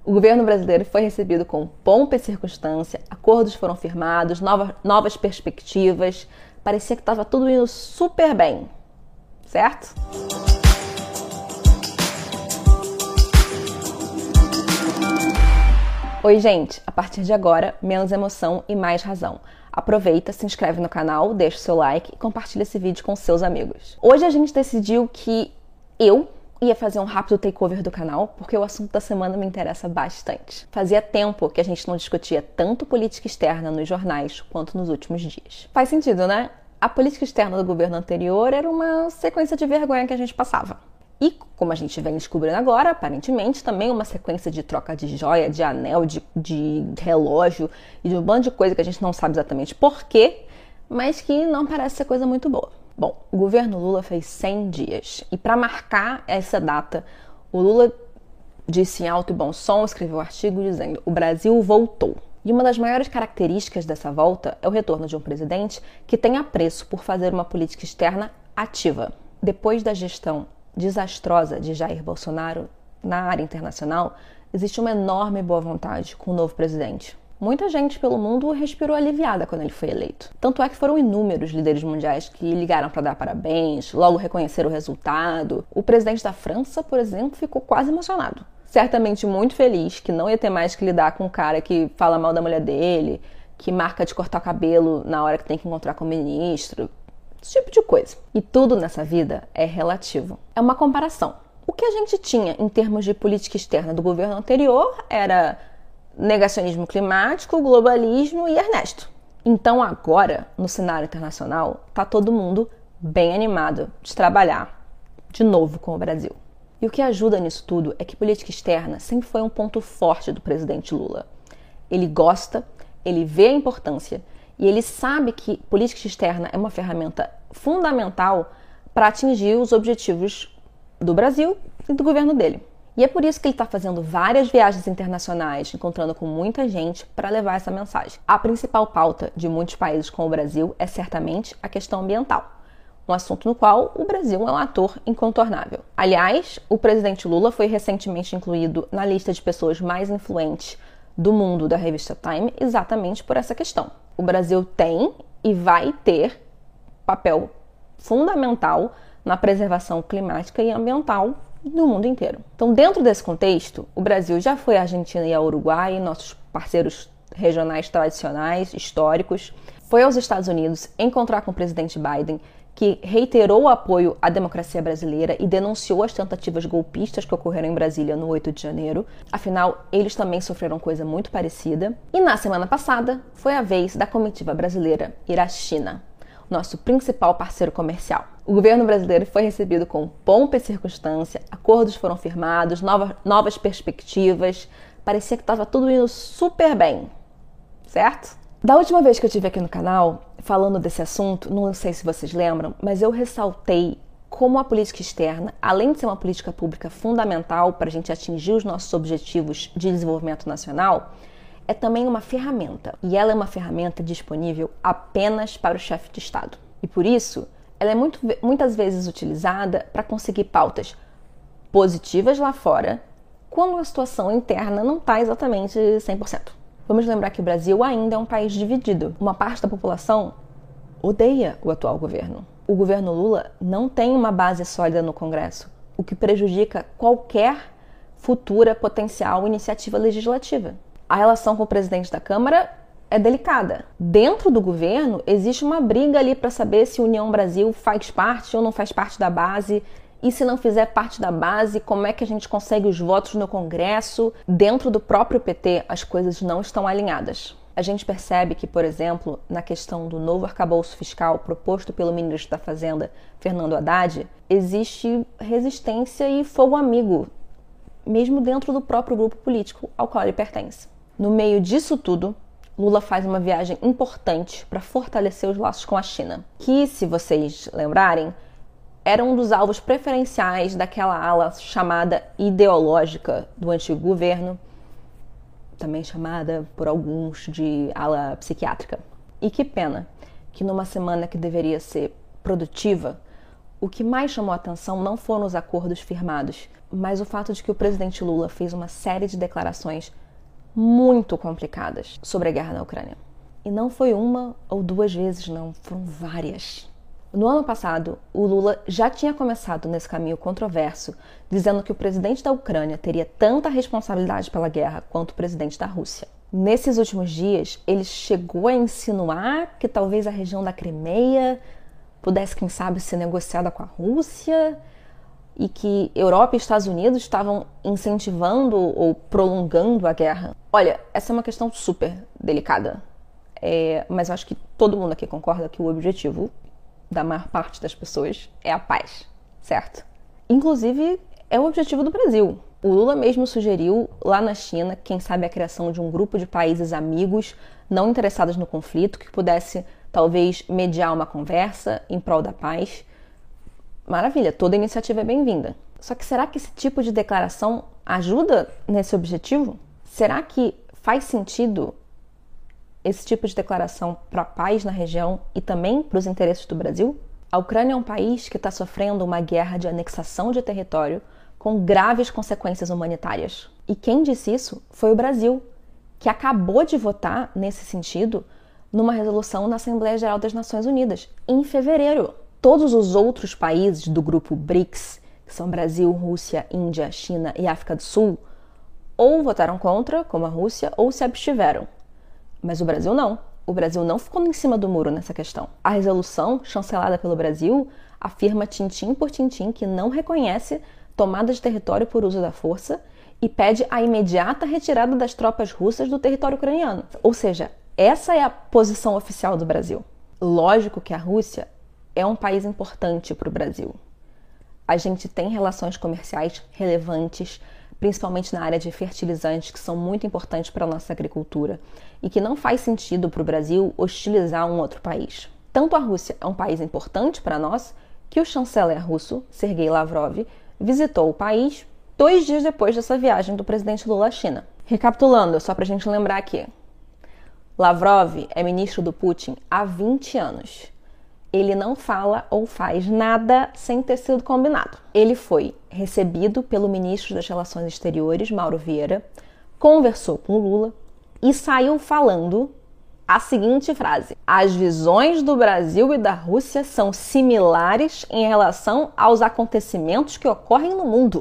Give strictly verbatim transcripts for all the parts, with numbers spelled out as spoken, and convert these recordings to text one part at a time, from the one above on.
O governo brasileiro foi recebido com pompa e circunstância, acordos foram firmados, nova, novas perspectivas, parecia que estava tudo indo super bem, certo? Oi, gente! A partir de agora, menos emoção e mais razão. Aproveita, se inscreve no canal, deixa o seu like e compartilha esse vídeo com seus amigos. Hoje a gente decidiu que eu ia fazer um rápido takeover do canal, porque o assunto da semana me interessa bastante. Fazia tempo que a gente não discutia tanto política externa nos jornais quanto nos últimos dias. Faz sentido, né? A política externa do governo anterior era uma sequência de vergonha que a gente passava. E, como a gente vem descobrindo agora, aparentemente, também uma sequência de troca de joia, de anel, de, de relógio e de um bando de coisa que a gente não sabe exatamente porquê, mas que não parece ser coisa muito boa. Bom, o governo Lula fez cem dias e para marcar essa data, o Lula disse em alto e bom som, escreveu um artigo dizendo: o Brasil voltou. E uma das maiores características dessa volta é o retorno de um presidente que tem apreço por fazer uma política externa ativa. Depois da gestão desastrosa de Jair Bolsonaro na área internacional, existe uma enorme boa vontade com o novo presidente. Muita gente pelo mundo respirou aliviada quando ele foi eleito. Tanto é que foram inúmeros líderes mundiais que ligaram para dar parabéns, logo reconheceram o resultado. O presidente da França, por exemplo, ficou quase emocionado. Certamente muito feliz que não ia ter mais que lidar com um cara que fala mal da mulher dele, que marca de cortar o cabelo na hora que tem que encontrar com o ministro. Esse tipo de coisa. E tudo nessa vida é relativo. É uma comparação. O que a gente tinha em termos de política externa do governo anterior era negacionismo climático, globalismo e Ernesto. Então agora, no cenário internacional, tá todo mundo bem animado de trabalhar de novo com o Brasil. E o que ajuda nisso tudo é que política externa sempre foi um ponto forte do presidente Lula. Ele gosta, ele vê a importância e ele sabe que política externa é uma ferramenta fundamental para atingir os objetivos do Brasil e do governo dele. E é por isso que ele está fazendo várias viagens internacionais, encontrando com muita gente para levar essa mensagem. A principal pauta de muitos países como o Brasil é certamente a questão ambiental, um assunto no qual o Brasil é um ator incontornável. Aliás, o presidente Lula foi recentemente incluído na lista de pessoas mais influentes do mundo da revista Time exatamente por essa questão. O Brasil tem e vai ter papel fundamental na preservação climática e ambiental no mundo inteiro. Então, dentro desse contexto, o Brasil já foi à Argentina e ao Uruguai, nossos parceiros regionais tradicionais, históricos, foi aos Estados Unidos encontrar com o presidente Biden, que reiterou o apoio à democracia brasileira e denunciou as tentativas golpistas que ocorreram em Brasília no oito de janeiro. Afinal, eles também sofreram coisa muito parecida. E na semana passada, foi a vez da comitiva brasileira ir à China, nosso principal parceiro comercial. O governo brasileiro foi recebido com pompa e circunstância, acordos foram firmados, nova, novas perspectivas, parecia que estava tudo indo super bem, certo? Da última vez que eu estive aqui no canal, falando desse assunto, não sei se vocês lembram, mas eu ressaltei como a política externa, além de ser uma política pública fundamental para a gente atingir os nossos objetivos de desenvolvimento nacional, é também uma ferramenta. E ela é uma ferramenta disponível apenas para o chefe de Estado. E por isso, ela é muito, muitas vezes utilizada para conseguir pautas positivas lá fora, quando a situação interna não está exatamente cem por cento. Vamos lembrar que o Brasil ainda é um país dividido. Uma parte da população odeia o atual governo. O governo Lula não tem uma base sólida no Congresso, o que prejudica qualquer futura potencial iniciativa legislativa. A relação com o presidente da Câmara é delicada. Dentro do governo, existe uma briga ali para saber se União Brasil faz parte ou não faz parte da base. E se não fizer parte da base, como é que a gente consegue os votos no Congresso? Dentro do próprio P T, as coisas não estão alinhadas. A gente percebe que, por exemplo, na questão do novo arcabouço fiscal proposto pelo ministro da Fazenda, Fernando Haddad, existe resistência e fogo amigo, mesmo dentro do próprio grupo político ao qual ele pertence. No meio disso tudo, Lula faz uma viagem importante para fortalecer os laços com a China, que, se vocês lembrarem, era um dos alvos preferenciais daquela ala chamada ideológica do antigo governo, também chamada por alguns de ala psiquiátrica. E que pena que numa semana que deveria ser produtiva, o que mais chamou a atenção não foram os acordos firmados, mas o fato de que o presidente Lula fez uma série de declarações muito complicadas sobre a guerra na Ucrânia. E não foi uma ou duas vezes, não, foram várias. No ano passado, o Lula já tinha começado nesse caminho controverso, dizendo que o presidente da Ucrânia teria tanta responsabilidade pela guerra quanto o presidente da Rússia. Nesses últimos dias, ele chegou a insinuar que talvez a região da Crimeia pudesse, quem sabe, ser negociada com a Rússia e que Europa e Estados Unidos estavam incentivando ou prolongando a guerra. Olha, essa é uma questão super delicada, é, mas eu acho que todo mundo aqui concorda que o objetivo da maior parte das pessoas é a paz, certo? Inclusive, é o objetivo do Brasil. O Lula mesmo sugeriu lá na China, quem sabe, a criação de um grupo de países amigos não interessados no conflito que pudesse talvez mediar uma conversa em prol da paz. Maravilha, toda iniciativa é bem-vinda. Só que será que esse tipo de declaração ajuda nesse objetivo? Será que faz sentido esse tipo de declaração para a paz na região e também para os interesses do Brasil? A Ucrânia é um país que está sofrendo uma guerra de anexação de território com graves consequências humanitárias. E quem disse isso foi o Brasil, que acabou de votar nesse sentido numa resolução na Assembleia Geral das Nações Unidas, em fevereiro. Todos os outros países do grupo BRICS, que são Brasil, Rússia, Índia, China e África do Sul, ou votaram contra, como a Rússia, ou se abstiveram. Mas o Brasil não. O Brasil não ficou em cima do muro nessa questão. A resolução, chancelada pelo Brasil, afirma tintim por tintim que não reconhece tomada de território por uso da força e pede a imediata retirada das tropas russas do território ucraniano. Ou seja, essa é a posição oficial do Brasil. Lógico que a Rússia é um país importante para o Brasil. A gente tem relações comerciais relevantes, principalmente na área de fertilizantes, que são muito importantes para a nossa agricultura, e que não faz sentido para o Brasil hostilizar um outro país. Tanto a Rússia é um país importante para nós, que o chanceler russo, Sergei Lavrov, visitou o país dois dias depois dessa viagem do presidente Lula à China. Recapitulando, só para a gente lembrar aqui, Lavrov é ministro do Putin há vinte anos. Ele não fala ou faz nada sem ter sido combinado. Ele foi recebido pelo ministro das Relações Exteriores, Mauro Vieira, conversou com o Lula e saiu falando a seguinte frase: as visões do Brasil e da Rússia são similares em relação aos acontecimentos que ocorrem no mundo.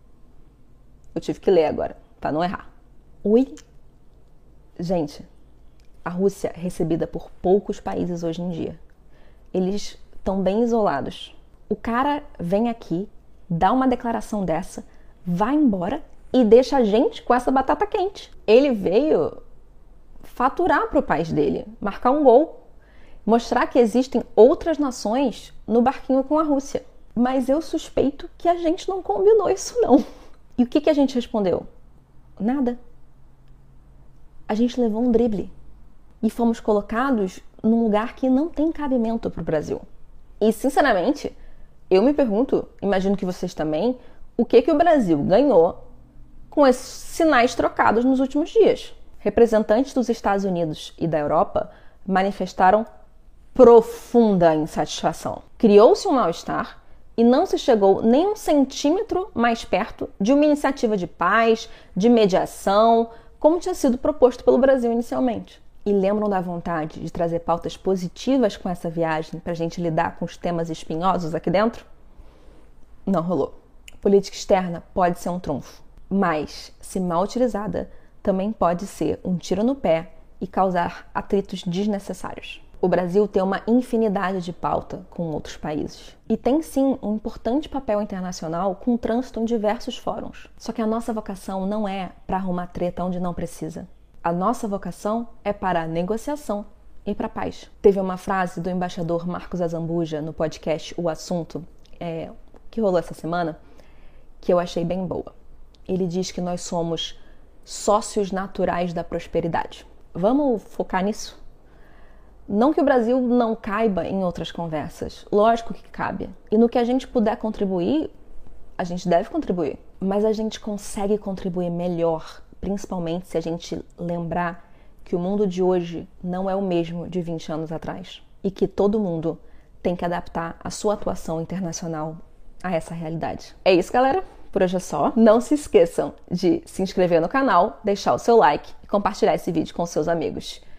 Eu tive que ler agora, para não errar. Oi? Gente, a Rússia é recebida por poucos países hoje em dia. Eles estão bem isolados. O cara vem aqui, dá uma declaração dessa, vai embora e deixa a gente com essa batata quente. Ele veio faturar para o país dele, marcar um gol, mostrar que existem outras nações no barquinho com a Rússia. Mas eu suspeito que a gente não combinou isso não. E o que, que a gente respondeu? Nada. A gente levou um drible e fomos colocados num lugar que não tem cabimento para o Brasil. E, sinceramente, eu me pergunto, imagino que vocês também, o que, que o Brasil ganhou com esses sinais trocados nos últimos dias. Representantes dos Estados Unidos e da Europa manifestaram profunda insatisfação. Criou-se um mal-estar e não se chegou nem um centímetro mais perto de uma iniciativa de paz, de mediação, como tinha sido proposto pelo Brasil inicialmente. E lembram da vontade de trazer pautas positivas com essa viagem para a gente lidar com os temas espinhosos aqui dentro? Não rolou. Política externa pode ser um trunfo, mas, se mal utilizada, também pode ser um tiro no pé e causar atritos desnecessários. O Brasil tem uma infinidade de pauta com outros países. E tem sim um importante papel internacional com trânsito em diversos fóruns. Só que a nossa vocação não é para arrumar treta onde não precisa. A nossa vocação é para a negociação e para a paz. Teve uma frase do embaixador Marcos Azambuja no podcast O Assunto, é, que rolou essa semana, que eu achei bem boa. Ele diz que nós somos sócios naturais da prosperidade. Vamos focar nisso? Não que o Brasil não caiba em outras conversas. Lógico que cabe. E no que a gente puder contribuir, a gente deve contribuir. Mas a gente consegue contribuir melhor, principalmente se a gente lembrar que o mundo de hoje não é o mesmo de vinte anos atrás. E que todo mundo tem que adaptar a sua atuação internacional a essa realidade. É isso, galera. Por hoje é só. Não se esqueçam de se inscrever no canal, deixar o seu like e compartilhar esse vídeo com seus amigos.